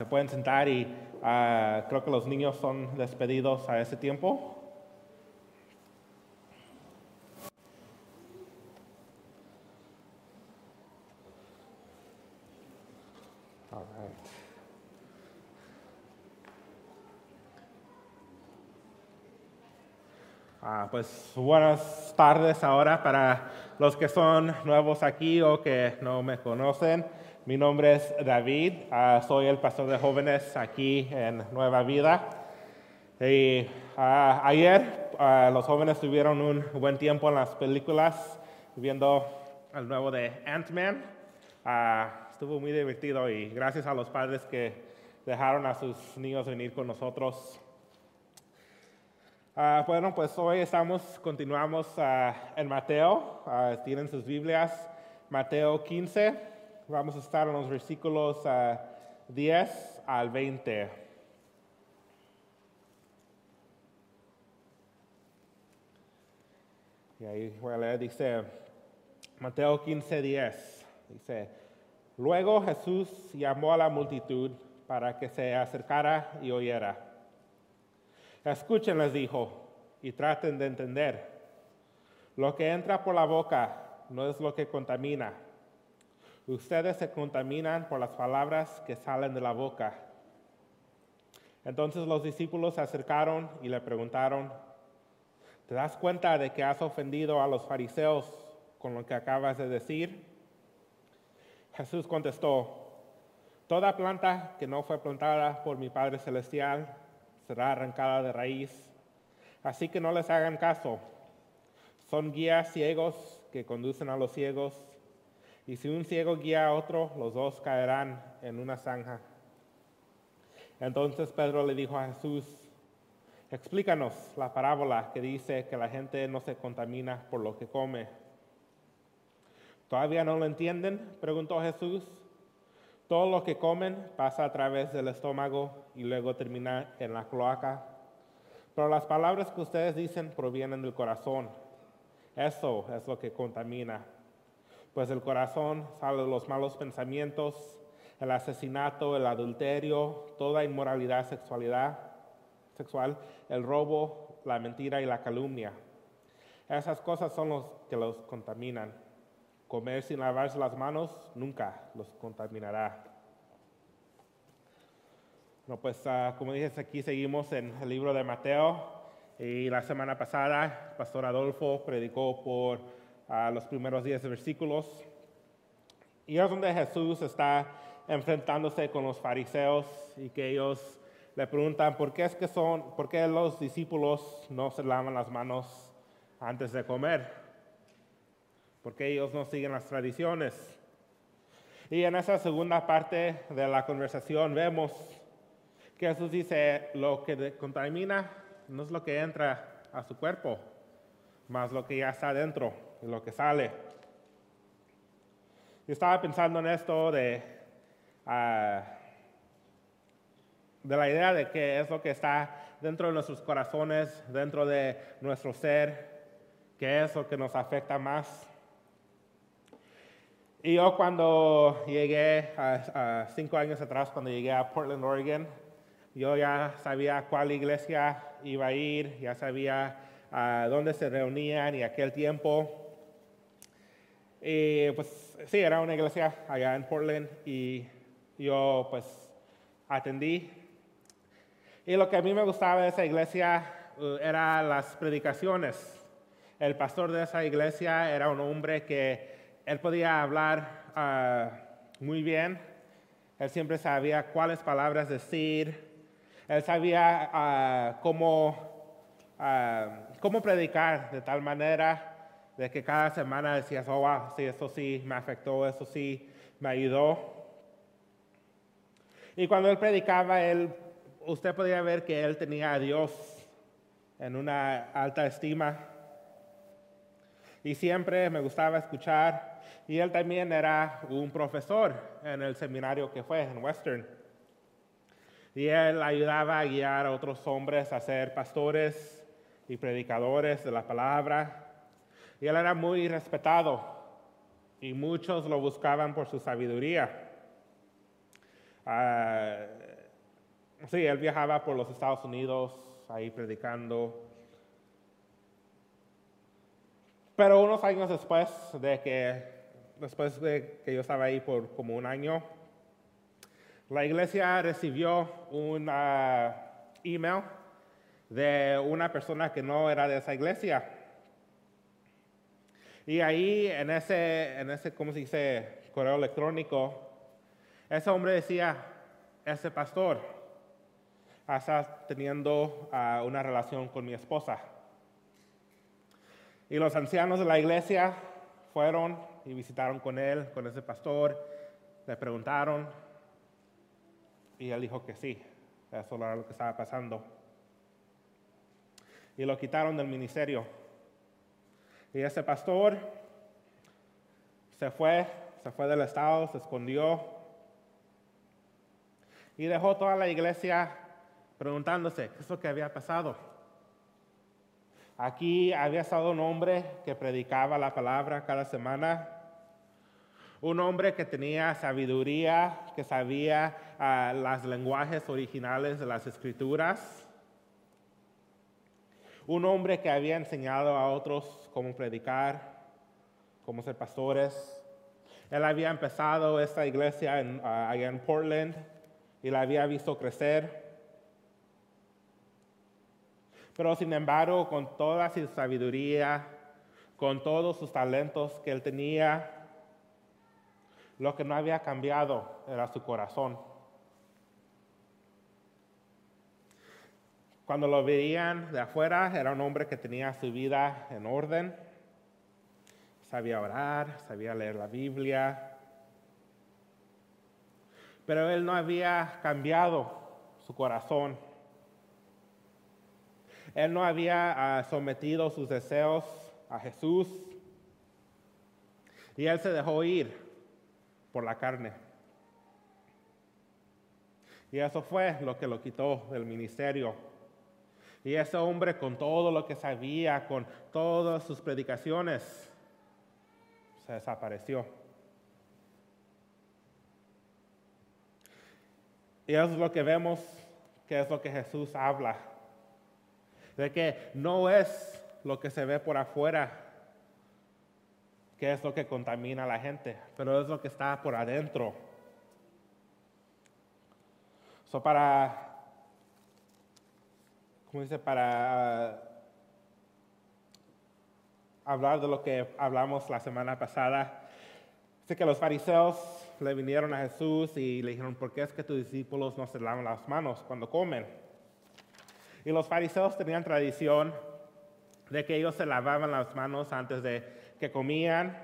Se pueden sentar y creo que los niños son despedidos a ese tiempo. All right. Pues buenas tardes ahora para los que son nuevos aquí o que no me conocen. Mi nombre es David, soy el pastor de jóvenes aquí en Nueva Vida. Y ayer los jóvenes tuvieron un buen tiempo en las películas viendo el nuevo de Ant-Man. Estuvo muy divertido y gracias a los padres que dejaron a sus niños venir con nosotros. Bueno, pues hoy continuamos en Mateo. Tienen sus Biblias, Mateo 15. Vamos a estar en los versículos 10 al 20. Y ahí voy a leer, dice Mateo 15, 10. Dice, luego Jesús llamó a la multitud para que se acercara y oyera. Escuchen, les dijo, y traten de entender. Lo que entra por la boca no es lo que contamina. Ustedes se contaminan por las palabras que salen de la boca. Entonces los discípulos se acercaron y le preguntaron, ¿te das cuenta de que has ofendido a los fariseos con lo que acabas de decir? Jesús contestó, toda planta que no fue plantada por mi Padre Celestial será arrancada de raíz. Así que no les hagan caso. Son guías ciegos que conducen a los ciegos. Y si un ciego guía a otro, los dos caerán en una zanja. Entonces Pedro le dijo a Jesús, explícanos la parábola que dice que la gente no se contamina por lo que come. ¿Todavía no lo entienden?, preguntó Jesús. Todo lo que comen pasa a través del estómago y luego termina en la cloaca. Pero las palabras que ustedes dicen provienen del corazón. Eso es lo que contamina. Pues del corazón salen los malos pensamientos, el asesinato, el adulterio, toda inmoralidad sexual, el robo, la mentira y la calumnia. Esas cosas son los que los contaminan. Comer sin lavarse las manos nunca los contaminará. No, pues como dices, aquí seguimos en el libro de Mateo y la semana pasada Pastor Adolfo predicó por los primeros 10 versículos y es donde Jesús está enfrentándose con los fariseos y que ellos le preguntan por qué los discípulos no se lavan las manos antes de comer. Porque ellos no siguen las tradiciones. Y en esa segunda parte de la conversación vemos que Jesús dice, lo que contamina no es lo que entra a su cuerpo, más lo que ya está dentro y lo que sale. Yo estaba pensando en esto de la idea de qué es lo que está dentro de nuestros corazones, dentro de nuestro ser, qué es lo que nos afecta más. Y yo cuando llegué, 5 años atrás, cuando llegué a Portland, Oregon, yo ya sabía a cuál iglesia iba a ir, ya sabía dónde se reunían y aquel tiempo. Y pues sí, era una iglesia allá en Portland y yo pues atendí. Y lo que a mí me gustaba de esa iglesia eran las predicaciones. El pastor de esa iglesia era un hombre que él podía hablar muy bien. Él siempre sabía cuáles palabras decir. Él sabía cómo predicar de tal manera de que cada semana decías, oh, wow, sí, eso sí me afectó, eso sí me ayudó. Y cuando él predicaba, usted podía ver que él tenía a Dios en una alta estima. Y siempre me gustaba escuchar. Y él también era un profesor en el seminario que fue en Western. Y él ayudaba a guiar a otros hombres a ser pastores y predicadores de la palabra. Y él era muy respetado. Y muchos lo buscaban por su sabiduría. Sí, él viajaba por los Estados Unidos, ahí predicando. Pero unos años después de que yo estaba ahí por como un año, la iglesia recibió un email de una persona que no era de esa iglesia. Y ahí en ese, ¿cómo se dice?, correo electrónico, ese hombre decía, ese pastor está teniendo una relación con mi esposa. Y los ancianos de la iglesia fueron y visitaron con él, con ese pastor, le preguntaron, y él dijo que sí, eso era lo que estaba pasando. Y lo quitaron del ministerio. Y ese pastor se fue del estado, se escondió y dejó toda la iglesia preguntándose qué es lo que había pasado. Aquí había estado un hombre que predicaba la palabra cada semana, un hombre que tenía sabiduría, que sabía los lenguajes originales de las escrituras, un hombre que había enseñado a otros cómo predicar, cómo ser pastores. Él había empezado esta iglesia allá en Portland y la había visto crecer. Pero sin embargo, con toda su sabiduría, con todos sus talentos que él tenía, lo que no había cambiado era su corazón. Cuando lo veían de afuera, era un hombre que tenía su vida en orden, sabía orar, sabía leer la Biblia, pero él no había cambiado su corazón. Él no había sometido sus deseos a Jesús y él se dejó ir por la carne. Y eso fue lo que lo quitó del ministerio. Y ese hombre, con todo lo que sabía, con todas sus predicaciones, se desapareció. Y eso es lo que vemos, que es lo que Jesús habla. De que no es lo que se ve por afuera, que es lo que contamina a la gente, pero es lo que está por adentro. Para hablar de lo que hablamos la semana pasada, sé que los fariseos le vinieron a Jesús y le dijeron, ¿por qué es que tus discípulos no se lavan las manos cuando comen? Y los fariseos tenían tradición de que ellos se lavaban las manos antes de que comían.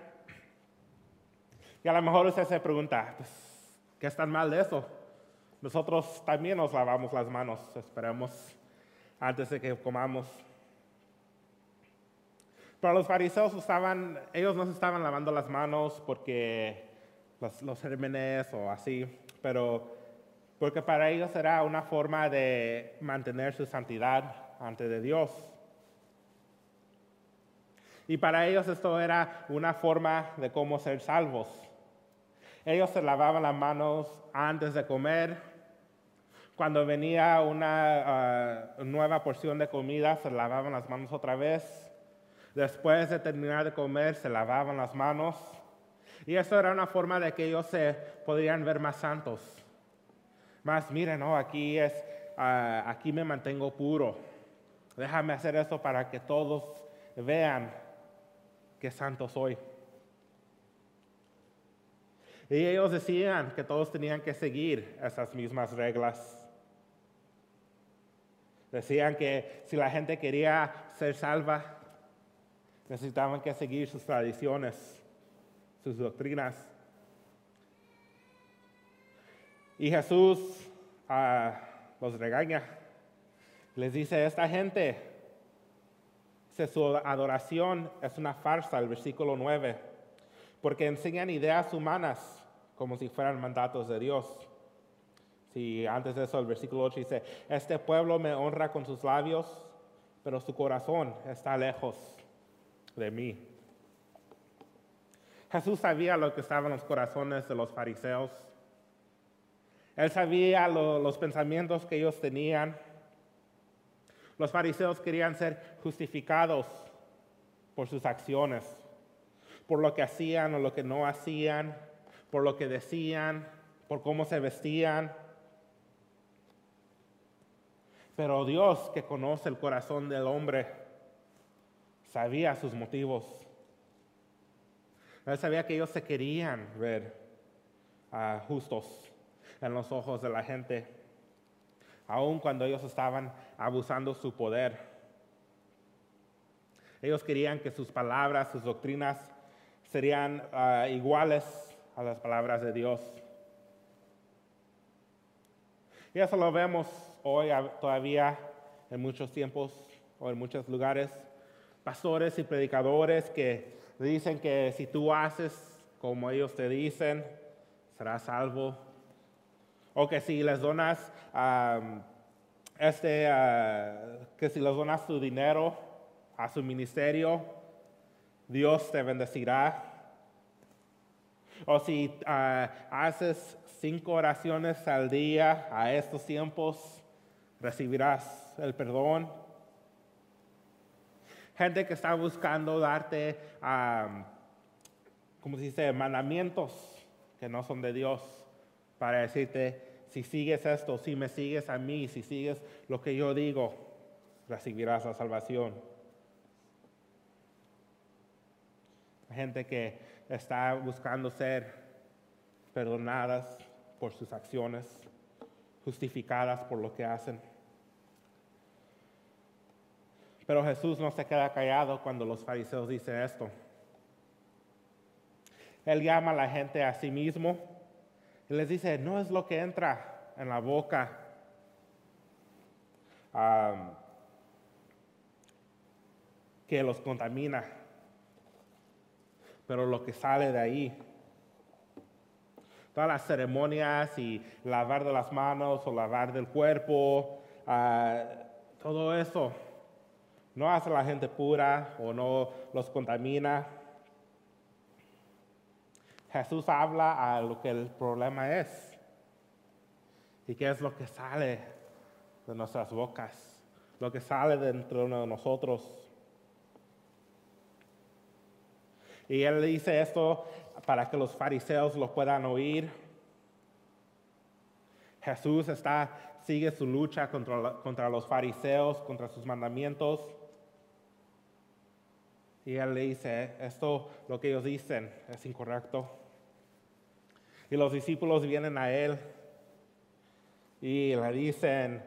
Y a lo mejor usted se pregunta, pues, ¿qué es tan mal de eso? Nosotros también nos lavamos las manos, esperemos, antes de que comamos. Pero los fariseos ellos no se estaban lavando las manos porque los gérmenes o así, pero porque para ellos era una forma de mantener su santidad ante de Dios. Y para ellos esto era una forma de cómo ser salvos. Ellos se lavaban las manos antes de comer. Cuando venía una nueva porción de comida, se lavaban las manos otra vez. Después de terminar de comer, se lavaban las manos. Y eso era una forma de que ellos se podrían ver más santos. Más, miren, no, aquí me mantengo puro. Déjame hacer eso para que todos vean qué santo soy. Y ellos decían que todos tenían que seguir esas mismas reglas. Decían que si la gente quería ser salva, necesitaban que seguir sus tradiciones, sus doctrinas. Y Jesús los regaña. Les dice, esta gente, su adoración es una farsa, el versículo 9, porque enseñan ideas humanas como si fueran mandatos de Dios. Sí, antes de eso, el versículo 8 dice, este pueblo me honra con sus labios, pero su corazón está lejos de mí. Jesús sabía lo que estaba en los corazones de los fariseos. Él sabía los pensamientos que ellos tenían. Los fariseos querían ser justificados por sus acciones, por lo que hacían o lo que no hacían, por lo que decían, por cómo se vestían. Pero Dios, que conoce el corazón del hombre, sabía sus motivos. Él sabía que ellos se querían ver justos en los ojos de la gente, aun cuando ellos estaban abusando su poder. Ellos querían que sus palabras, sus doctrinas serían iguales a las palabras de Dios. Y eso lo vemos hoy todavía en muchos tiempos o en muchos lugares. Pastores y predicadores que dicen que si tú haces como ellos te dicen, serás salvo. O que si les donas que si les donas tu dinero a su ministerio, Dios te bendecirá. O si haces 5 oraciones al día a estos tiempos, recibirás el perdón. Gente que está buscando darte, ¿cómo se dice?, mandamientos que no son de Dios, para decirte, si sigues esto, si me sigues a mí, si sigues lo que yo digo, recibirás la salvación. Gente que está buscando ser perdonadas por sus acciones, justificadas por lo que hacen. Pero Jesús no se queda callado cuando los fariseos dicen esto. Él llama a la gente a sí mismo y les dice, no es lo que entra en la boca que los contamina, pero lo que sale de ahí. Todas las ceremonias y lavar de las manos o lavar del cuerpo, todo eso no hace a la gente pura o no los contamina. Jesús habla a lo que el problema es y qué es lo que sale de nuestras bocas, lo que sale dentro de nosotros. Y él dice esto para que los fariseos lo puedan oír. Jesús sigue su lucha contra los fariseos, contra sus mandamientos. Y él le dice, esto, lo que ellos dicen, es incorrecto. Y los discípulos vienen a él y le dicen,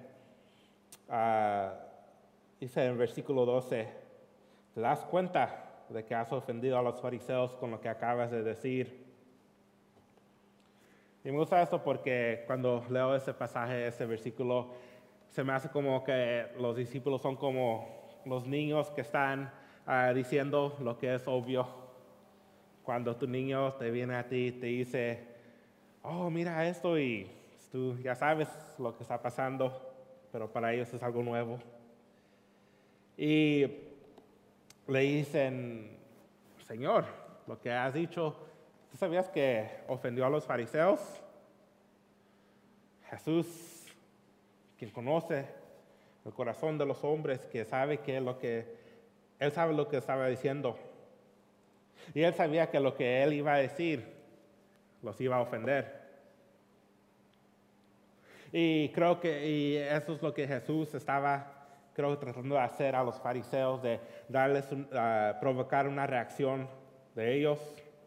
dice en versículo 12, ¿te das cuenta de que has ofendido a los fariseos con lo que acabas de decir? Y me gusta esto porque cuando leo ese pasaje, ese versículo, se me hace como que los discípulos son como los niños que están diciendo lo que es obvio. Cuando tu niño te viene a ti y te dice, oh, mira esto, y tú ya sabes lo que está pasando, pero para ellos es algo nuevo. Y le dicen, Señor, lo que has dicho, ¿tú sabías que ofendió a los fariseos? Jesús, quien conoce el corazón de los hombres, que sabe Él sabe lo que estaba diciendo. Y Él sabía que lo que Él iba a decir los iba a ofender. Y creo que eso es lo que Jesús estaba, tratando de hacer a los fariseos, de darles, provocar una reacción de ellos.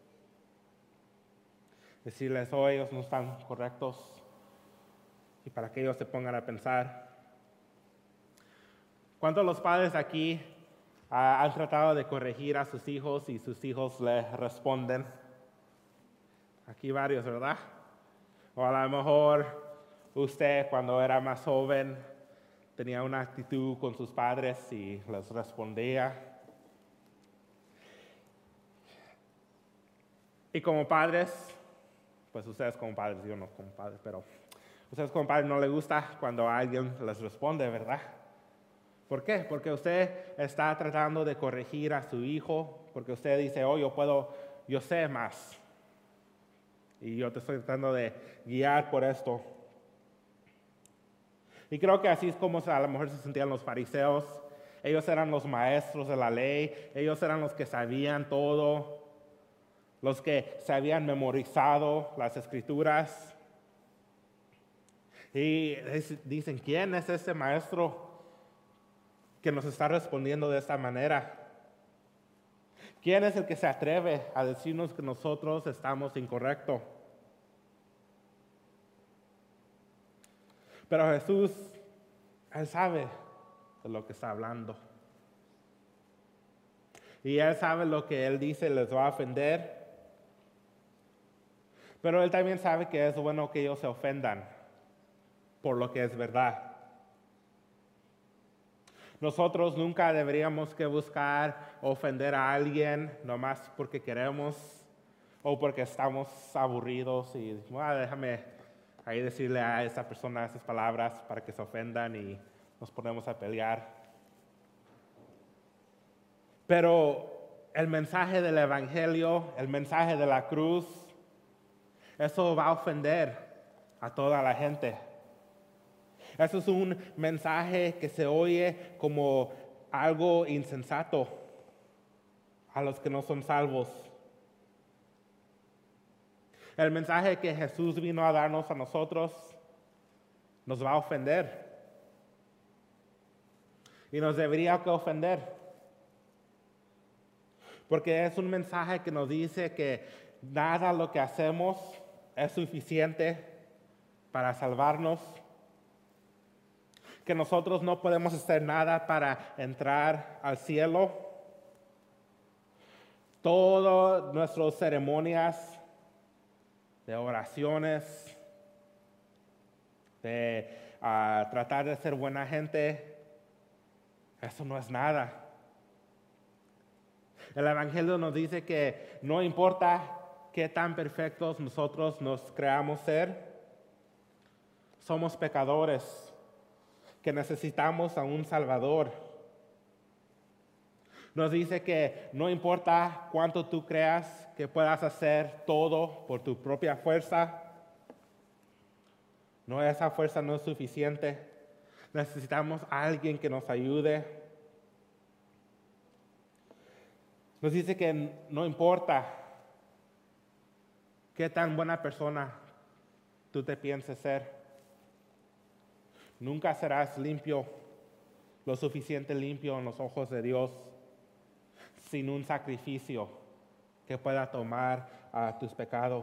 Decirles, oh, ellos no están correctos. Y para que ellos se pongan a pensar. ¿Cuántos de los padres aquí han tratado de corregir a sus hijos y sus hijos les responden? Aquí varios, ¿verdad? O a lo mejor usted, cuando era más joven, tenía una actitud con sus padres y les respondía. Y como padres, pues ustedes como padres, yo no como padre, pero ustedes como padres no les gusta cuando alguien les responde, ¿verdad? ¿Por qué? Porque usted está tratando de corregir a su hijo, porque usted dice, oh, yo sé más. Y yo te estoy tratando de guiar por esto. Y creo que así es como a lo mejor se sentían los fariseos. Ellos eran los maestros de la ley, ellos eran los que sabían todo, los que se habían memorizado las escrituras. Y dicen, ¿quién es ese maestro que nos está respondiendo de esta manera? ¿Quién es el que se atreve a decirnos que nosotros estamos incorrectos? Pero Jesús, Él sabe de lo que está hablando. Y Él sabe lo que Él dice les va a ofender. Pero Él también sabe que es bueno que ellos se ofendan por lo que es verdad. Nosotros nunca deberíamos que buscar ofender a alguien nomás porque queremos o porque estamos aburridos y déjame ahí decirle a esa persona esas palabras para que se ofendan y nos ponemos a pelear. Pero el mensaje del Evangelio, el mensaje de la cruz, eso va a ofender a toda la gente. Eso es un mensaje que se oye como algo insensato a los que no son salvos. El mensaje que Jesús vino a darnos a nosotros nos va a ofender. Y nos debería que ofender. Porque es un mensaje que nos dice que nada lo que hacemos es suficiente para salvarnos. Que nosotros no podemos hacer nada para entrar al cielo. Todas nuestras ceremonias de oraciones, de tratar de ser buena gente, eso no es nada. El Evangelio nos dice que no importa qué tan perfectos nosotros nos creamos ser, somos pecadores que necesitamos a un Salvador. Nos dice que no importa cuánto tú creas que puedas hacer todo por tu propia fuerza, esa fuerza no es suficiente. Necesitamos a alguien que nos ayude. Nos dice que no importa qué tan buena persona tú te pienses ser, nunca serás limpio, lo suficiente limpio en los ojos de Dios, sin un sacrificio que pueda tomar tus pecados.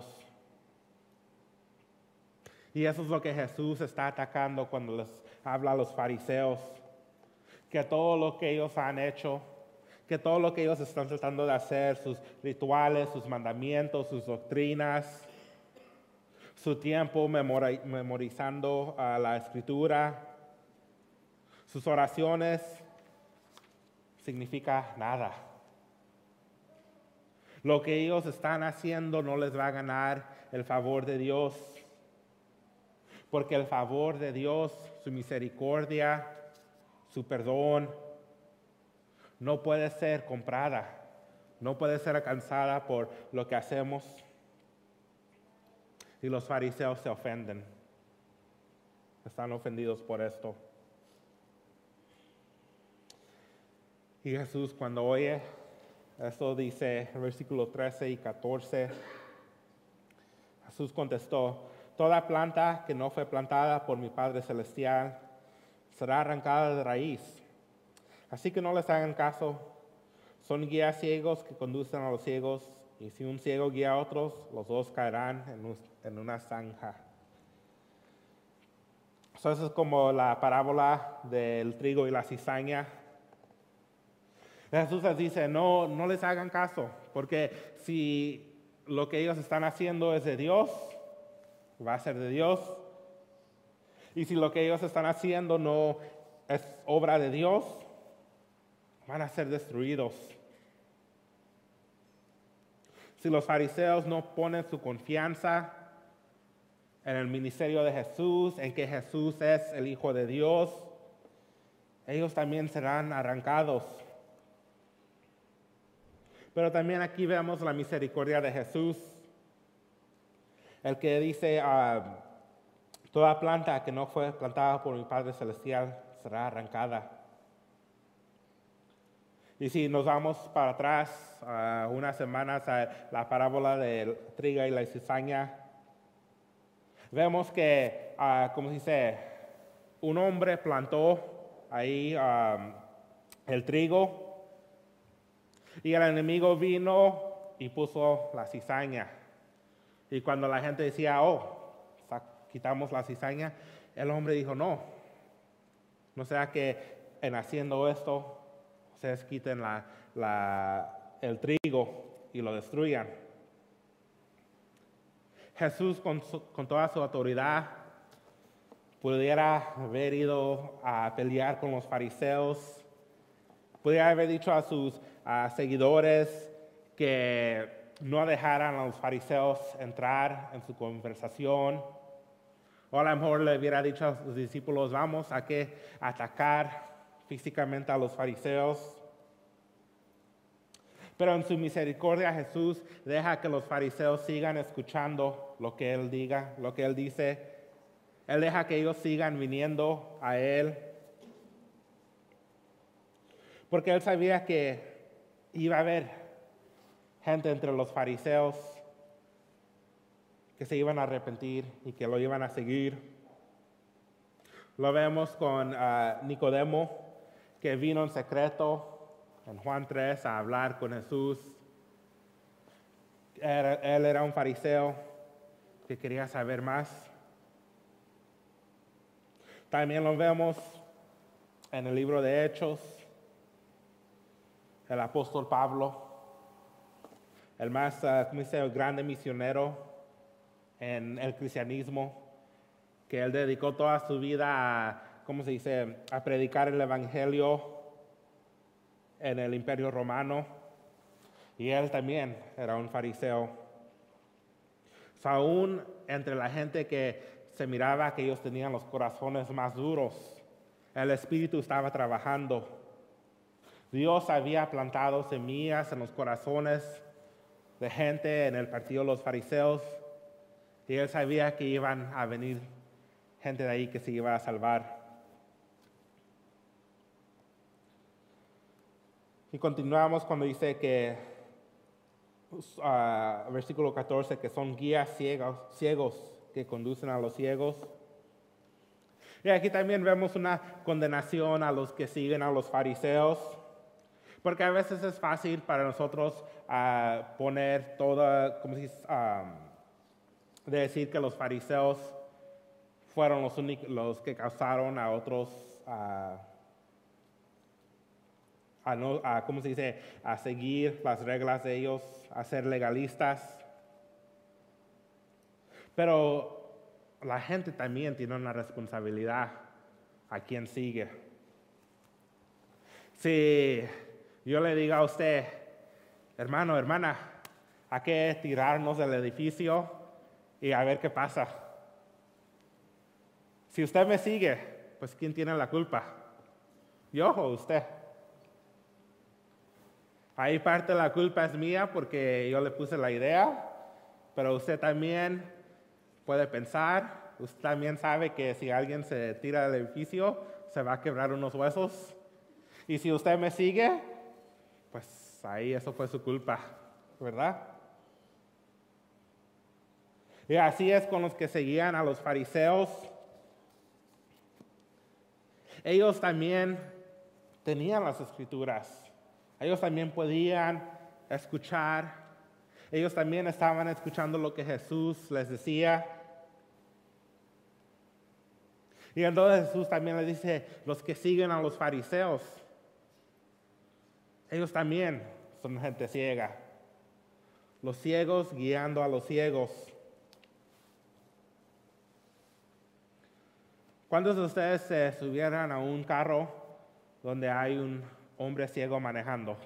Y eso es lo que Jesús está atacando cuando les habla a los fariseos, que todo lo que ellos han hecho, que todo lo que ellos están tratando de hacer, sus rituales, sus mandamientos, sus doctrinas, su tiempo memorizando la escritura, sus oraciones, significa nada. Lo que ellos están haciendo no les va a ganar el favor de Dios, porque el favor de Dios, su misericordia, su perdón, no puede ser comprada, no puede ser alcanzada por lo que hacemos. Y los fariseos se ofenden, están ofendidos por esto. Y Jesús, cuando oye esto, dice en versículos 13 y 14, Jesús contestó: toda planta que no fue plantada por mi Padre Celestial será arrancada de raíz. Así que no les hagan caso. Son guías ciegos que conducen a los ciegos, y si un ciego guía a otros, los dos caerán en una zanja. Eso es como la parábola del trigo y la cizaña. Jesús les dice, no les hagan caso, porque si lo que ellos están haciendo es de Dios, va a ser de Dios. Y si lo que ellos están haciendo no es obra de Dios, van a ser destruidos. Si los fariseos no ponen su confianza en el ministerio de Jesús, en que Jesús es el Hijo de Dios, ellos también serán arrancados. Pero también aquí vemos la misericordia de Jesús. El que dice, Toda planta que no fue plantada por mi Padre Celestial será arrancada. Y si nos vamos para atrás, unas semanas a la parábola del trigo y la cizaña, vemos que, como se dice, un hombre plantó ahí el trigo y el enemigo vino y puso la cizaña. Y cuando la gente decía, quitamos la cizaña, el hombre dijo, no sea que en haciendo esto, ustedes quiten el trigo y lo destruyan. Jesús con toda su autoridad pudiera haber ido a pelear con los fariseos, pudiera haber dicho a sus seguidores que no dejaran a los fariseos entrar en su conversación, o a lo mejor le hubiera dicho a sus discípulos, vamos a atacar físicamente a los fariseos. Pero en su misericordia Jesús deja que los fariseos sigan escuchando lo que Él diga, lo que Él dice. Él deja que ellos sigan viniendo a Él. Porque Él sabía que iba a haber gente entre los fariseos que se iban a arrepentir y que lo iban a seguir. Lo vemos con Nicodemo, que vino en secreto en Juan 3 a hablar con Jesús. Él era un fariseo que quería saber más. También lo vemos en el libro de Hechos, el apóstol Pablo, el más, grande misionero en el cristianismo, que él dedicó toda su vida a predicar el evangelio en el Imperio Romano, y él también era un fariseo. Aún entre la gente que se miraba que ellos tenían los corazones más duros, el Espíritu estaba trabajando. Dios había plantado semillas en los corazones de gente en el partido de los fariseos, y él sabía que iban a venir gente de ahí que se iba a salvar. Y continuamos cuando dice que, versículo 14, que son guías ciegos que conducen a los ciegos. Y aquí también vemos una condenación a los que siguen a los fariseos, porque a veces es fácil para nosotros poner toda, de decir que los fariseos fueron los que causaron a otros a seguir las reglas de ellos, a ser legalistas. Pero la gente también tiene una responsabilidad a quien sigue. Si yo le digo a usted, hermano, hermana, hay que tirarnos del edificio y a ver qué pasa. Si usted me sigue, pues ¿quién tiene la culpa? ¿Yo o usted? Ahí parte de la culpa es mía porque yo le puse la idea, pero usted también puede pensar, usted también sabe que si alguien se tira del edificio, se va a quebrar unos huesos. Y si usted me sigue, pues ahí eso fue su culpa, ¿verdad? Y así es con los que seguían a los fariseos. Ellos también tenían las escrituras. Ellos también podían escuchar. Ellos también estaban escuchando lo que Jesús les decía. Y entonces Jesús también les dice, los que siguen a los fariseos, ellos también son gente ciega. Los ciegos guiando a los ciegos. ¿Cuántos de ustedes se subieran a un carro donde hay un hombre ciego manejando?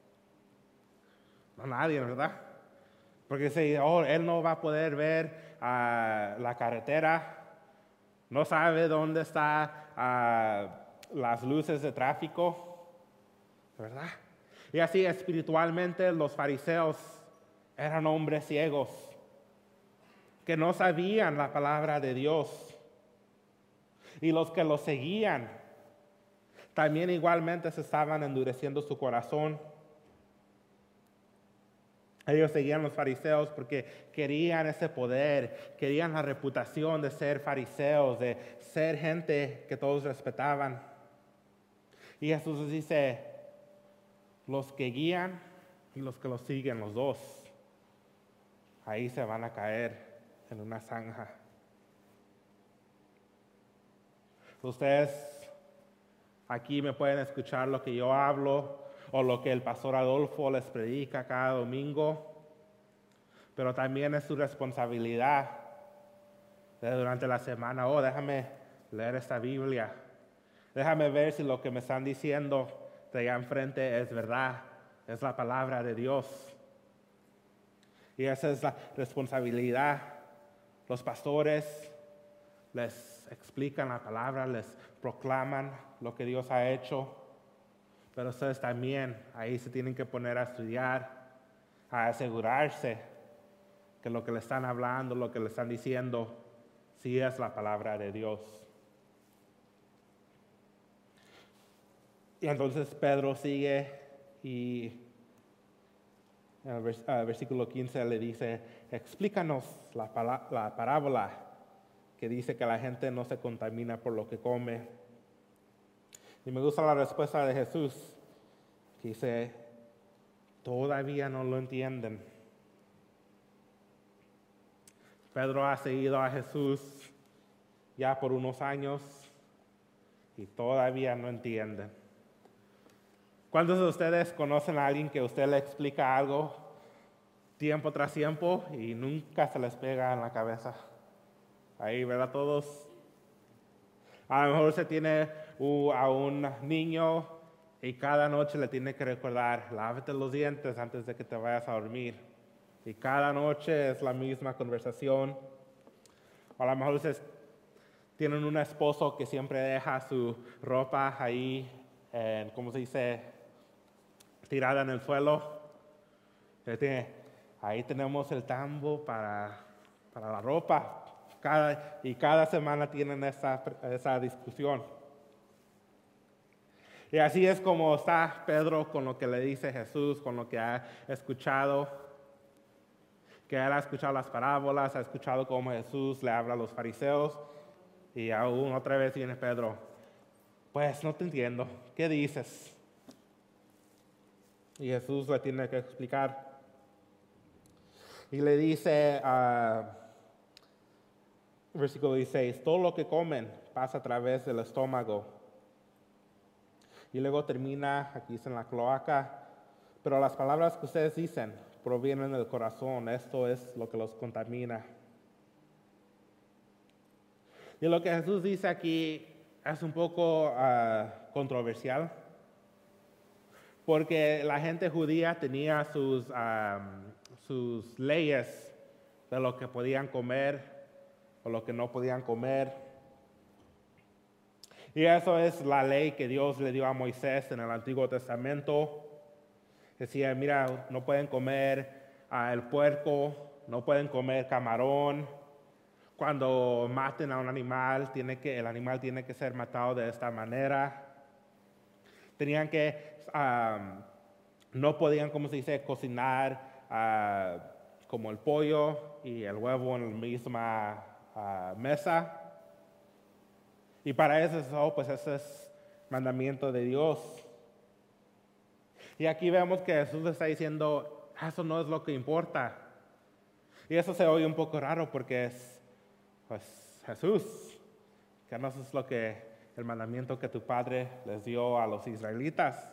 No, nadie, ¿verdad? Porque él no va a poder ver la carretera, no sabe dónde están las luces de tráfico, ¿verdad? Y así espiritualmente los fariseos eran hombres ciegos que no sabían la palabra de Dios. Y los que lo seguían también igualmente se estaban endureciendo su corazón. Ellos seguían los fariseos porque querían ese poder, querían la reputación de ser fariseos, de ser gente que todos respetaban. Y Jesús les dice, los que guían y los que los siguen, los dos, ahí se van a caer en una zanja. Ustedes aquí me pueden escuchar lo que yo hablo o lo que el pastor Adolfo les predica cada domingo, pero también es su responsabilidad de durante la semana, déjame leer esta Biblia, déjame ver si lo que me están diciendo de allá enfrente es verdad, es la palabra de Dios. Y esa es la responsabilidad. Los pastores les explican la palabra, les proclaman lo que Dios ha hecho, pero ustedes también ahí se tienen que poner a estudiar, a asegurarse que lo que le están hablando, lo que le están diciendo, sí es la palabra de Dios. Y entonces Pedro sigue y en el versículo 15 le dice, explícanos la parábola que dice que la gente no se contamina por lo que come. Y me gusta la respuesta de Jesús, que dice, todavía no lo entienden. Pedro ha seguido a Jesús ya por unos años y todavía no entienden. ¿Cuántos de ustedes conocen a alguien que usted le explica algo tiempo tras tiempo y nunca se les pega en la cabeza? Ahí, ¿verdad? Todos. A lo mejor se tiene a un niño y cada noche le tiene que recordar, lávate los dientes antes de que te vayas a dormir. Y cada noche es la misma conversación. O a lo mejor ustedes tienen un esposo que siempre deja su ropa ahí, ¿cómo se dice? Tirada en el suelo. Ahí tenemos el tambo para la ropa. Cada semana tienen esa discusión. Y así es como está Pedro con lo que le dice Jesús, con lo que ha escuchado. Que él ha escuchado las parábolas, ha escuchado cómo Jesús le habla a los fariseos. Y aún otra vez viene Pedro. Pues no te entiendo. ¿Qué dices? Y Jesús le tiene que explicar. Y le dice, versículo 16, todo lo que comen pasa a través del estómago. Y luego termina, aquí dice en la cloaca, pero las palabras que ustedes dicen provienen del corazón, esto es lo que los contamina. Y lo que Jesús dice aquí es un poco controversial, porque la gente judía tenía sus leyes de lo que podían comer o lo que no podían comer. Y eso es la ley que Dios le dio a Moisés en el Antiguo Testamento. Decía, mira, no pueden comer el puerco, no pueden comer camarón. Cuando maten a un animal, el animal tiene que ser matado de esta manera. Tenían que, no podían, como se dice, cocinar como el pollo y el huevo en la misma mesa. Y para eso, pues ese es mandamiento de Dios. Y aquí vemos que Jesús está diciendo, eso no es lo que importa. Y eso se oye un poco raro porque es, pues, Jesús, que no es lo que el mandamiento que tu padre les dio a los israelitas.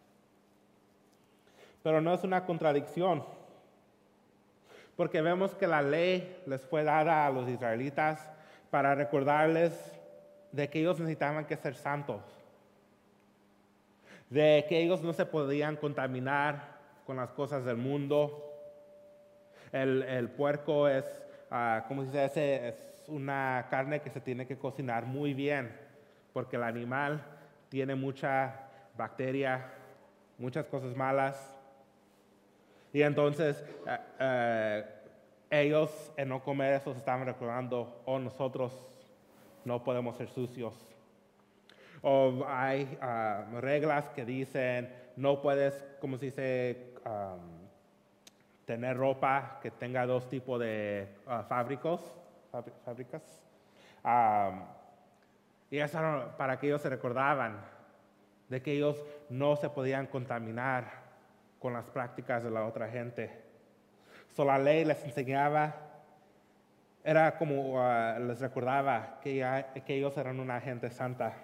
Pero no es una contradicción, porque vemos que la ley les fue dada a los israelitas para recordarles de que ellos necesitaban que ser santos, de que ellos no se podían contaminar con las cosas del mundo. El puerco es, ¿cómo se dice? Es una carne que se tiene que cocinar muy bien, porque el animal tiene mucha bacteria, muchas cosas malas. Y entonces ellos en no comer eso se estaban recordando, nosotros no podemos ser sucios. O hay reglas que dicen, no puedes, como se dice, tener ropa que tenga dos tipos de fábricas. Y eso era para que ellos se recordaban de que ellos no se podían contaminar con las prácticas de la otra gente. La ley les enseñaba, era como les recordaba que ellos eran una gente santa.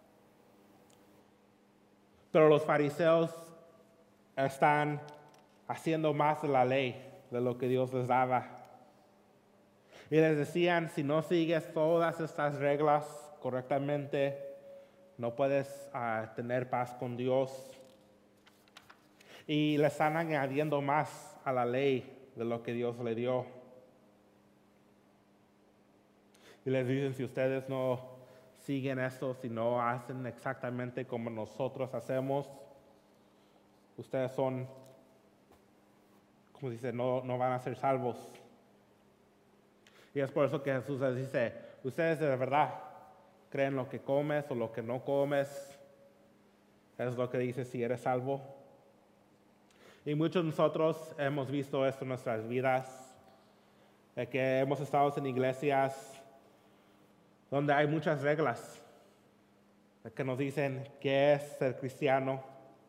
Pero los fariseos están haciendo más de la ley, de lo que Dios les daba. Y les decían, si no sigues todas estas reglas correctamente, no puedes tener paz con Dios. Y le están añadiendo más a la ley de lo que Dios le dio. Y les dicen, si ustedes no siguen esto, si no hacen exactamente como nosotros hacemos, ustedes son, como dice, no van a ser salvos. Y es por eso que Jesús les dice, ustedes de verdad creen lo que comes o lo que no comes, es lo que dice si eres salvo. Y muchos de nosotros hemos visto esto en nuestras vidas, de que hemos estado en iglesias donde hay muchas reglas que nos dicen qué es ser cristiano,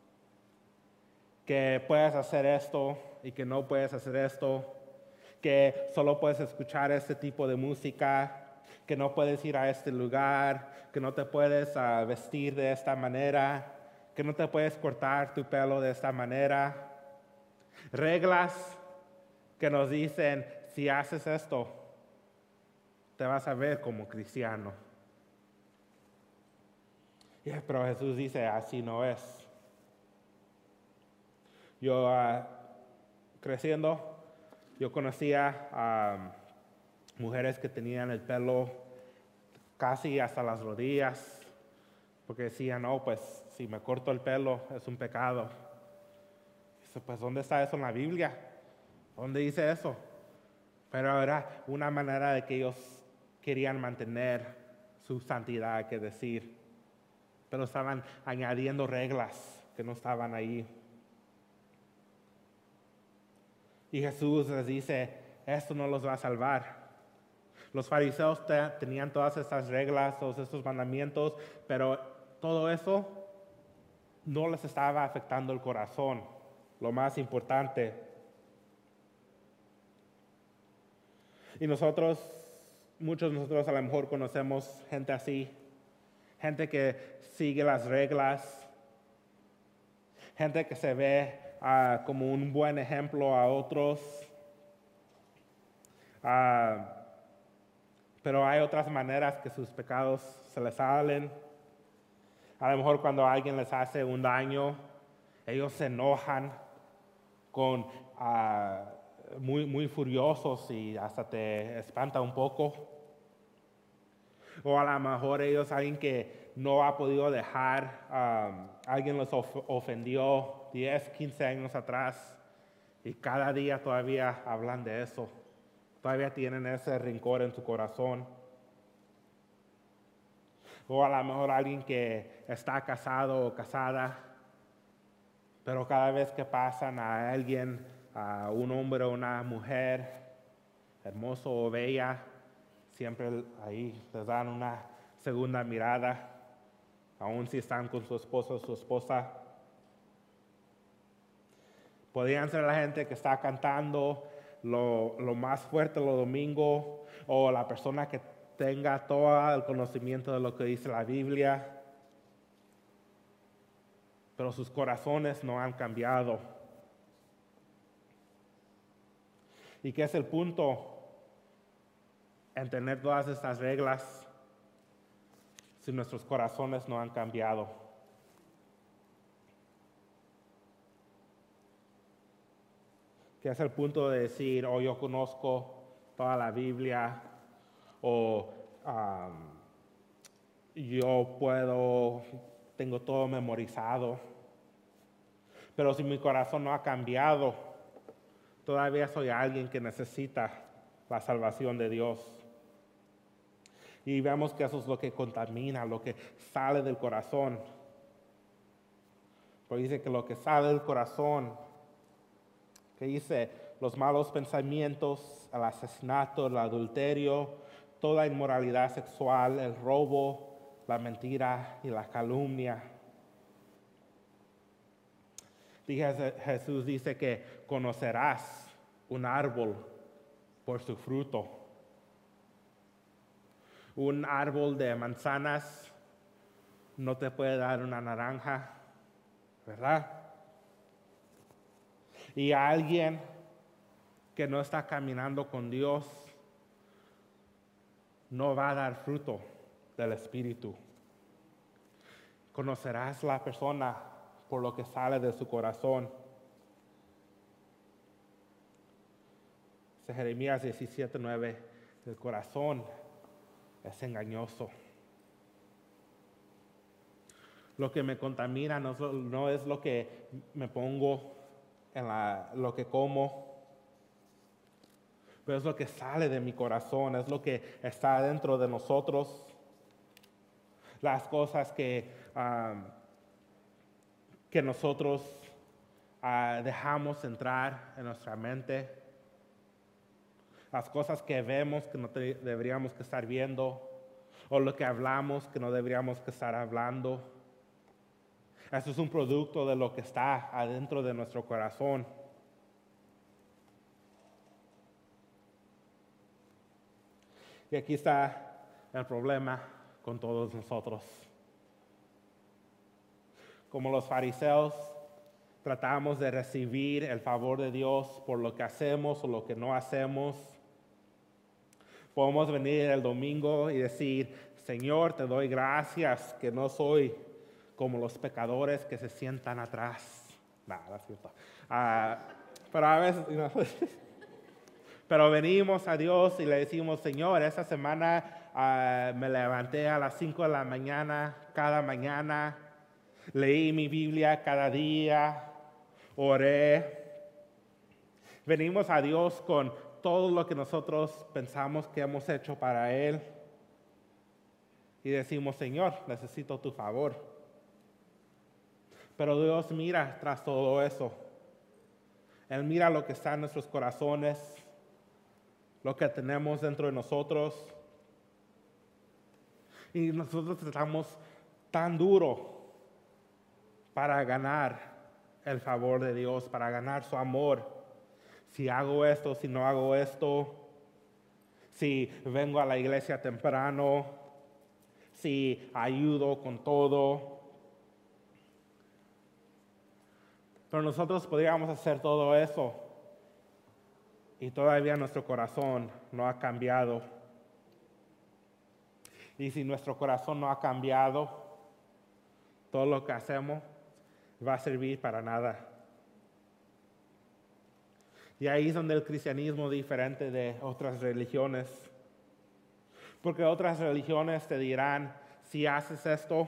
que puedes hacer esto y que no puedes hacer esto, que solo puedes escuchar este tipo de música, que no puedes ir a este lugar, que no te puedes vestir de esta manera, que no te puedes cortar tu pelo de esta manera. Reglas que nos dicen, si haces esto, te vas a ver como cristiano. Pero Jesús dice, así no es. Yo creciendo, yo conocía a mujeres que tenían el pelo casi hasta las rodillas, porque decían, no, pues si me corto el pelo es un pecado. Dice, pues ¿dónde está eso en la Biblia? ¿Dónde dice eso? Pero era una manera de que ellos querían mantener su santidad, que decir, pero estaban añadiendo reglas que no estaban ahí. Y Jesús les dice, esto no los va a salvar. Los fariseos tenían todas estas reglas, todos estos mandamientos, pero todo eso no les estaba afectando el corazón, lo más importante. Y muchos de nosotros a lo mejor conocemos gente así, gente que sigue las reglas, gente que se ve como un buen ejemplo a otros, pero hay otras maneras que sus pecados se les salen. A lo mejor cuando alguien les hace un daño, ellos se enojan muy furiosos y hasta te espanta un poco. O a lo mejor alguien que no ha podido dejar, alguien los ofendió 10, 15 años atrás y cada día todavía hablan de eso. Todavía tienen ese rencor en su corazón. O a lo mejor alguien que está casado o casada, pero cada vez que pasan a alguien, a un hombre o una mujer, hermoso o bella, siempre ahí les dan una segunda mirada, aun si están con su esposo o su esposa. Podrían ser la gente que está cantando lo más fuerte los domingos, o la persona que tenga todo el conocimiento de lo que dice la Biblia, pero sus corazones no han cambiado. ¿Y qué es el punto en tener todas estas reglas si nuestros corazones no han cambiado? ¿Qué es el punto de decir, oh, yo conozco toda la Biblia, o tengo todo memorizado, pero si mi corazón no ha cambiado, todavía soy alguien que necesita la salvación de Dios? Y vemos que eso es lo que contamina, lo que sale del corazón. Pero dice que lo que sale del corazón, que dice los malos pensamientos, el asesinato, el adulterio, toda inmoralidad sexual, el robo, la mentira y la calumnia. Jesús dice que conocerás un árbol por su fruto. Un árbol de manzanas no te puede dar una naranja, ¿verdad? Y alguien que no está caminando con Dios no va a dar fruto del Espíritu. Conocerás la persona por lo que sale de su corazón. Jeremías 17:9, el corazón es engañoso. Lo que me contamina no es lo que me pongo lo que como, pero es lo que sale de mi corazón, es lo que está dentro de nosotros. Las cosas que nosotros dejamos entrar en nuestra mente, las cosas que vemos que no deberíamos que estar viendo, o lo que hablamos que no deberíamos que estar hablando. Eso es un producto de lo que está adentro de nuestro corazón. Y aquí está el problema con todos nosotros. Como los fariseos, tratamos de recibir el favor de Dios por lo que hacemos o lo que no hacemos. Podemos venir el domingo y decir, Señor, te doy gracias que no soy como los pecadores que se sientan atrás. No es cierto. Pero a veces, pero venimos a Dios y le decimos, Señor, esta semana me levanté a las 5 de la mañana, cada mañana, leí mi Biblia cada día, oré. Venimos a Dios con todo lo que nosotros pensamos que hemos hecho para Él y decimos, Señor, necesito tu favor. Pero Dios mira tras todo eso. Él mira lo que está en nuestros corazones, lo que tenemos dentro de nosotros. Y nosotros estamos tan duro para ganar el favor de Dios, para ganar su amor. Si hago esto, si no hago esto, si vengo a la iglesia temprano, si ayudo con todo. Pero nosotros podríamos hacer todo eso y todavía nuestro corazón no ha cambiado. Y si nuestro corazón no ha cambiado, todo lo que hacemos va a servir para nada. Y ahí es donde el cristianismo es diferente de otras religiones. Porque otras religiones te dirán, si haces esto,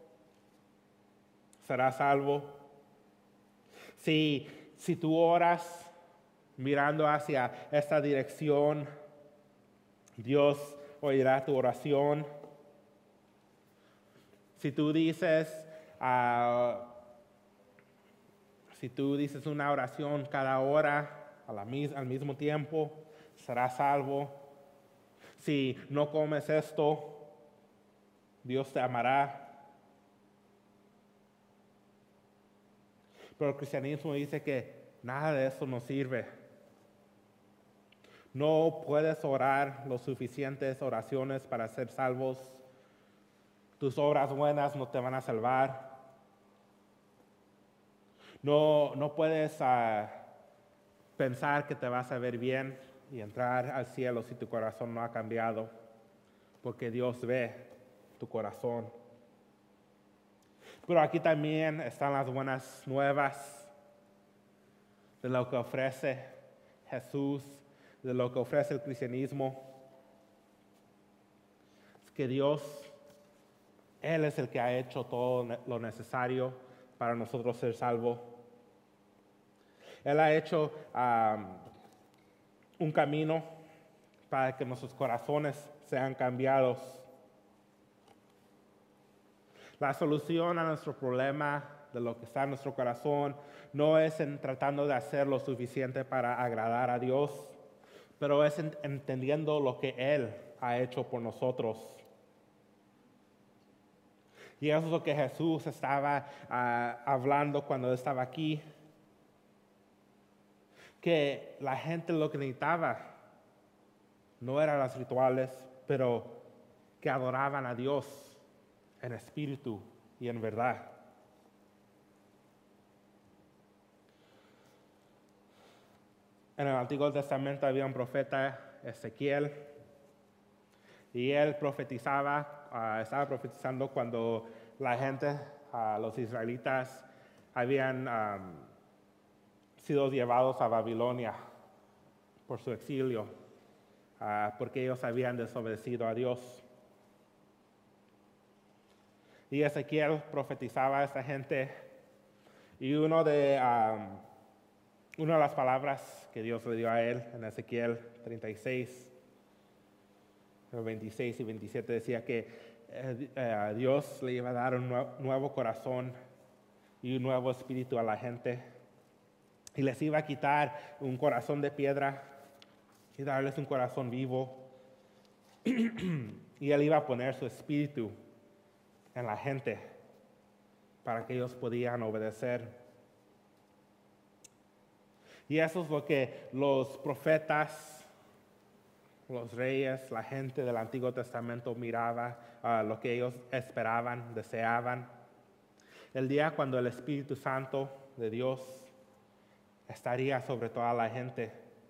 serás salvo. Si tú oras mirando hacia esta dirección, Dios oirá tu oración. Si tú dices una oración cada hora al mismo tiempo, serás salvo. Si no comes esto, Dios te amará. Pero el cristianismo dice que nada de eso nos sirve. No puedes orar lo suficientes oraciones para ser salvos. Tus obras buenas no te van a salvar. No puedes pensar que te vas a ver bien y entrar al cielo si tu corazón no ha cambiado, porque Dios ve tu corazón. Pero aquí también están las buenas nuevas de lo que ofrece Jesús, de lo que ofrece el cristianismo. Es que Dios, Él es el que ha hecho todo lo necesario para nosotros ser salvos. Él ha hecho un camino para que nuestros corazones sean cambiados. La solución a nuestro problema, de lo que está en nuestro corazón, no es en tratando de hacer lo suficiente para agradar a Dios, pero es entendiendo lo que Él ha hecho por nosotros. Y eso es lo que Jesús estaba hablando cuando estaba aquí, que la gente lo que necesitaba no eran los rituales, pero que adoraban a Dios en espíritu y en verdad. En el Antiguo Testamento había un profeta, Ezequiel, y él estaba profetizando cuando la gente, los israelitas, habían sido llevados a Babilonia por su exilio, porque ellos habían desobedecido a Dios. Y Ezequiel profetizaba a esta gente, y una de las palabras que Dios le dio a él en Ezequiel 36, 26 y 27 decía que Dios le iba a dar un nuevo corazón y un nuevo espíritu a la gente, y les iba a quitar un corazón de piedra y darles un corazón vivo, y Él iba a poner su espíritu en la gente para que ellos podían obedecer. Y eso es lo que los profetas, los reyes, la gente del Antiguo Testamento miraba, lo que ellos esperaban, deseaban. El día cuando el Espíritu Santo de Dios estaría sobre toda la gente.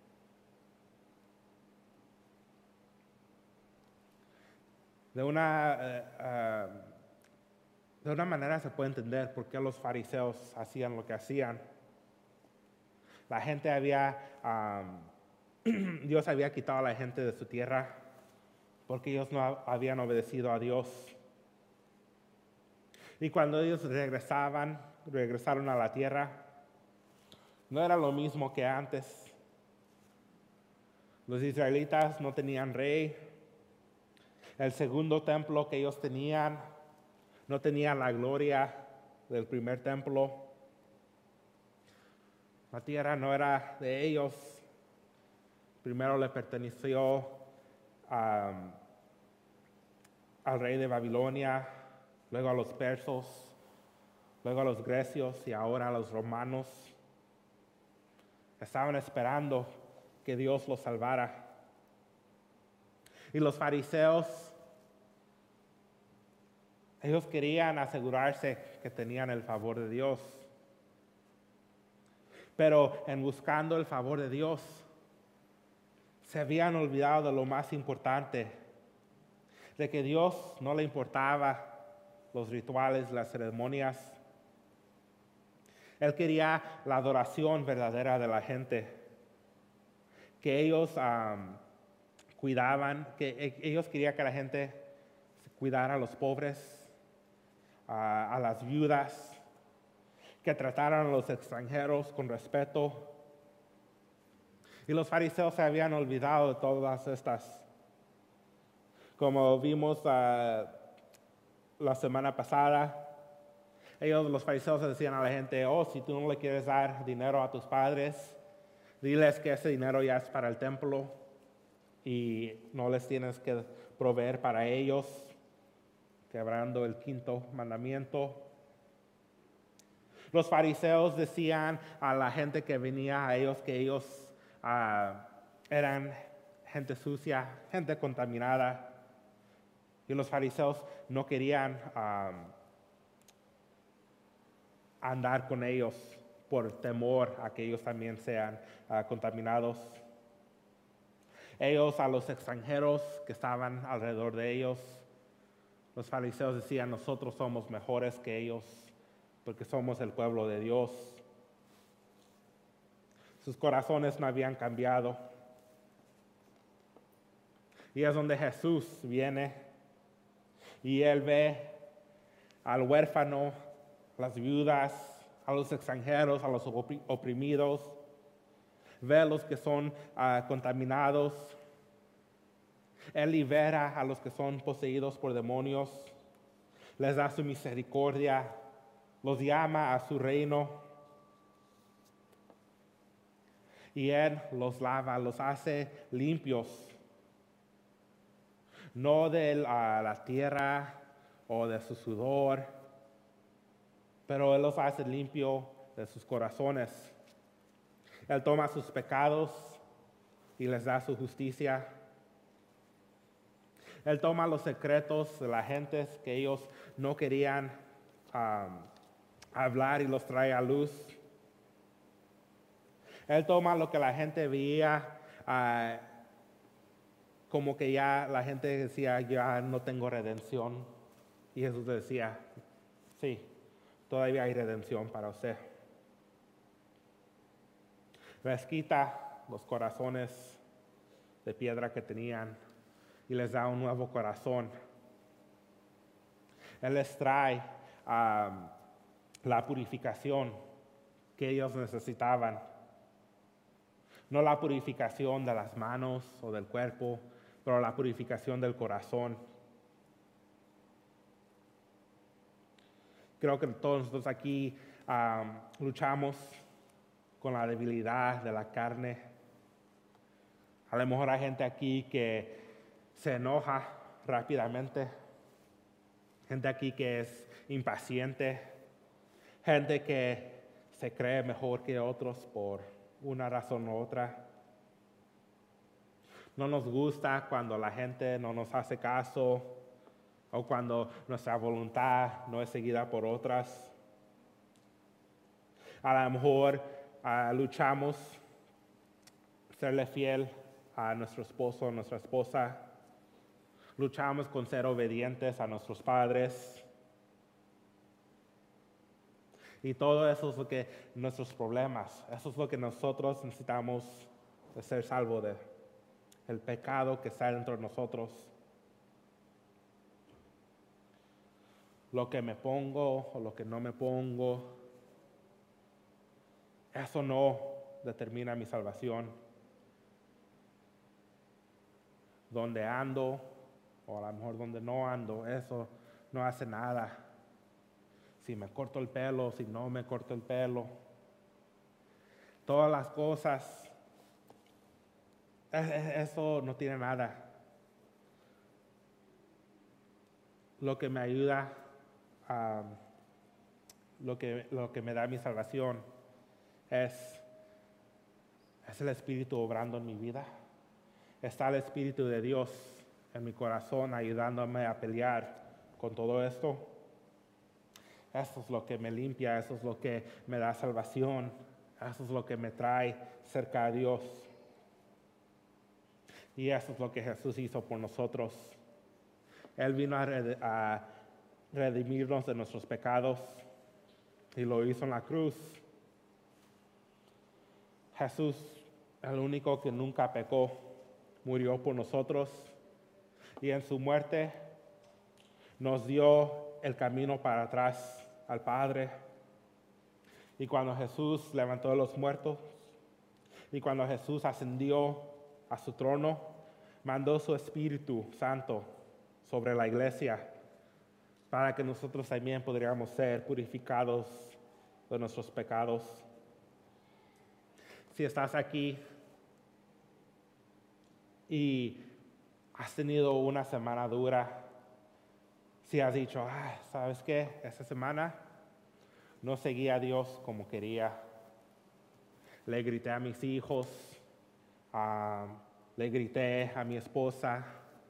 De una manera se puede entender por qué los fariseos hacían lo que hacían. La gente Dios había quitado a la gente de su tierra porque ellos no habían obedecido a Dios. Y cuando ellos regresaron a la tierra, no era lo mismo que antes. Los israelitas no tenían rey. El segundo templo que ellos tenían no tenía la gloria del primer templo. La tierra no era de ellos. Primero le perteneció al rey de Babilonia, luego a los persas, luego a los grecios y ahora a los romanos. Estaban esperando que Dios los salvara. Y los fariseos, ellos querían asegurarse que tenían el favor de Dios. Pero en buscando el favor de Dios, se habían olvidado de lo más importante, de que Dios no le importaba los rituales, las ceremonias. Él quería la adoración verdadera de la gente, que ellos cuidaban, que ellos querían que la gente cuidara a los pobres, a las viudas, que trataran a los extranjeros con respeto. Y los fariseos se habían olvidado de todas estas. Como vimos la semana pasada, los fariseos decían a la gente, si tú no le quieres dar dinero a tus padres, diles que ese dinero ya es para el templo y no les tienes que proveer para ellos, quebrando el quinto mandamiento. Los fariseos decían a la gente que venía a ellos que ellos eran gente sucia, gente contaminada. Y los fariseos no querían andar con ellos por temor a que ellos también sean contaminados. Ellos, a los extranjeros que estaban alrededor de ellos, los fariseos decían, nosotros somos mejores que ellos porque somos el pueblo de Dios. Sus corazones no habían cambiado. Y es donde Jesús viene y Él ve al huérfano, a las viudas, a los extranjeros, a los oprimidos, ve a los que son contaminados. Él libera a los que son poseídos por demonios. les da su misericordia, los llama a su reino y Él los lava, los hace limpios, no de la tierra o de su sudor, pero Él los hace limpios de sus corazones. Él toma sus pecados y les da su justicia. Él toma los secretos de la gente que ellos no querían hablar y los trae a luz. Él toma lo que la gente veía como que ya la gente decía, ya no tengo redención. Y Jesús decía, sí, todavía hay redención para usted. Les quita los corazones de piedra que tenían y les da un nuevo corazón. Él les trae la purificación que ellos necesitaban. No la purificación de las manos o del cuerpo, pero la purificación del corazón. Creo que todos nosotros aquí luchamos con la debilidad de la carne. A lo mejor hay gente aquí que se enoja rápidamente, gente aquí que es impaciente, gente que se cree mejor que otros por una razón u otra. No nos gusta cuando la gente no nos hace caso o cuando nuestra voluntad no es seguida por otras. A lo mejor luchamos serle fiel a nuestro esposo o nuestra esposa. Luchamos con ser obedientes a nuestros padres. Y todo eso es lo que nuestros problemas, eso es lo que nosotros necesitamos de ser salvos de. El pecado que está dentro de nosotros. Lo que me pongo o lo que no me pongo, eso no determina mi salvación. Donde ando o a lo mejor donde no ando, eso no hace nada. Si me corto el pelo, si no me corto el pelo. Todas las cosas, eso no tiene nada. Lo que me ayuda, lo que me da mi salvación es el Espíritu obrando en mi vida. Está el Espíritu de Dios en mi corazón ayudándome a pelear con todo esto. Eso es lo que me limpia, eso es lo que me da salvación, eso es lo que me trae cerca a Dios. Y eso es lo que Jesús hizo por nosotros. Él vino a redimirnos de nuestros pecados y lo hizo en la cruz. Jesús, el único que nunca pecó, murió por nosotros y en su muerte nos dio el camino para atrás al Padre. Y cuando Jesús levantó de los muertos y cuando Jesús ascendió a su trono, mandó su Espíritu Santo sobre la iglesia para que nosotros también podríamos ser purificados de nuestros pecados. Si estás aquí y has tenido una semana dura, si has dicho, ¿sabes qué? Esta semana no seguí a Dios como quería. Le grité a mis hijos, le grité a mi esposa,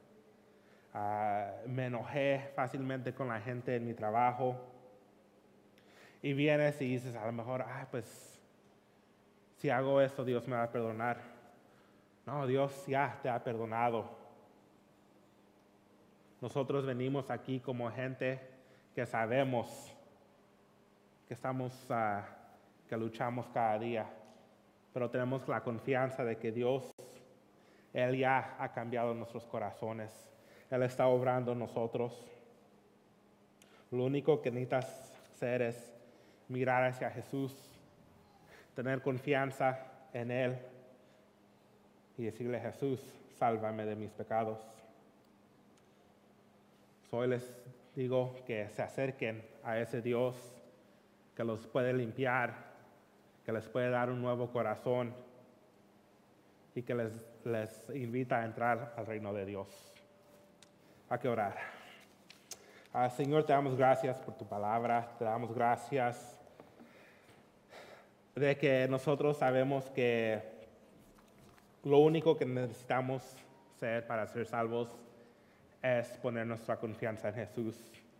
me enojé fácilmente con la gente en mi trabajo. Y vienes y dices, a lo mejor, pues, si hago esto, Dios me va a perdonar. No, Dios ya te ha perdonado. Nosotros venimos aquí como gente que sabemos que que luchamos cada día, pero tenemos la confianza de que Dios, Él ya ha cambiado nuestros corazones. Él está obrando en nosotros. Lo único que necesitas hacer es mirar hacia Jesús, tener confianza en Él y decirle, Jesús, sálvame de mis pecados. Hoy les digo que se acerquen a ese Dios que los puede limpiar, que les puede dar un nuevo corazón y que les invita a entrar al reino de Dios. Hay que orar. Señor, te damos gracias por tu palabra, te damos gracias de que nosotros sabemos que lo único que necesitamos ser para ser salvos es poner nuestra confianza en Jesús.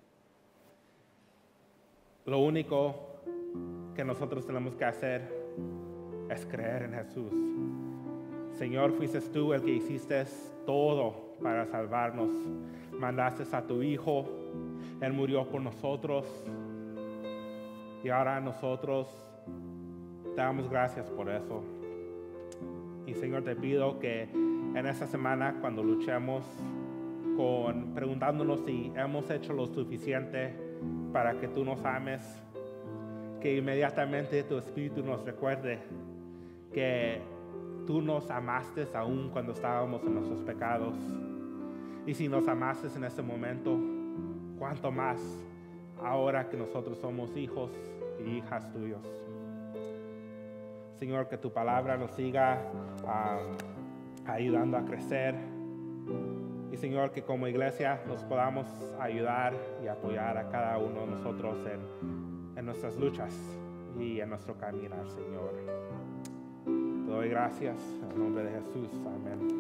Lo único que nosotros tenemos que hacer es creer en Jesús. Señor, fuiste tú el que hiciste todo para salvarnos. Mandaste a tu Hijo, Él murió por nosotros y ahora nosotros te damos gracias por eso. Y Señor, te pido que en esta semana, cuando luchemos preguntándonos si hemos hecho lo suficiente para que tú nos ames, que inmediatamente tu Espíritu nos recuerde que tú nos amaste aún cuando estábamos en nuestros pecados. Y si nos amaste en ese momento, ¿cuánto más ahora que nosotros somos hijos y hijas tuyos? Señor, que tu palabra nos siga ayudando a crecer. Y Señor, que como iglesia nos podamos ayudar y apoyar a cada uno de nosotros en nuestras luchas y en nuestro caminar, Señor. Te doy gracias en el nombre de Jesús. Amén.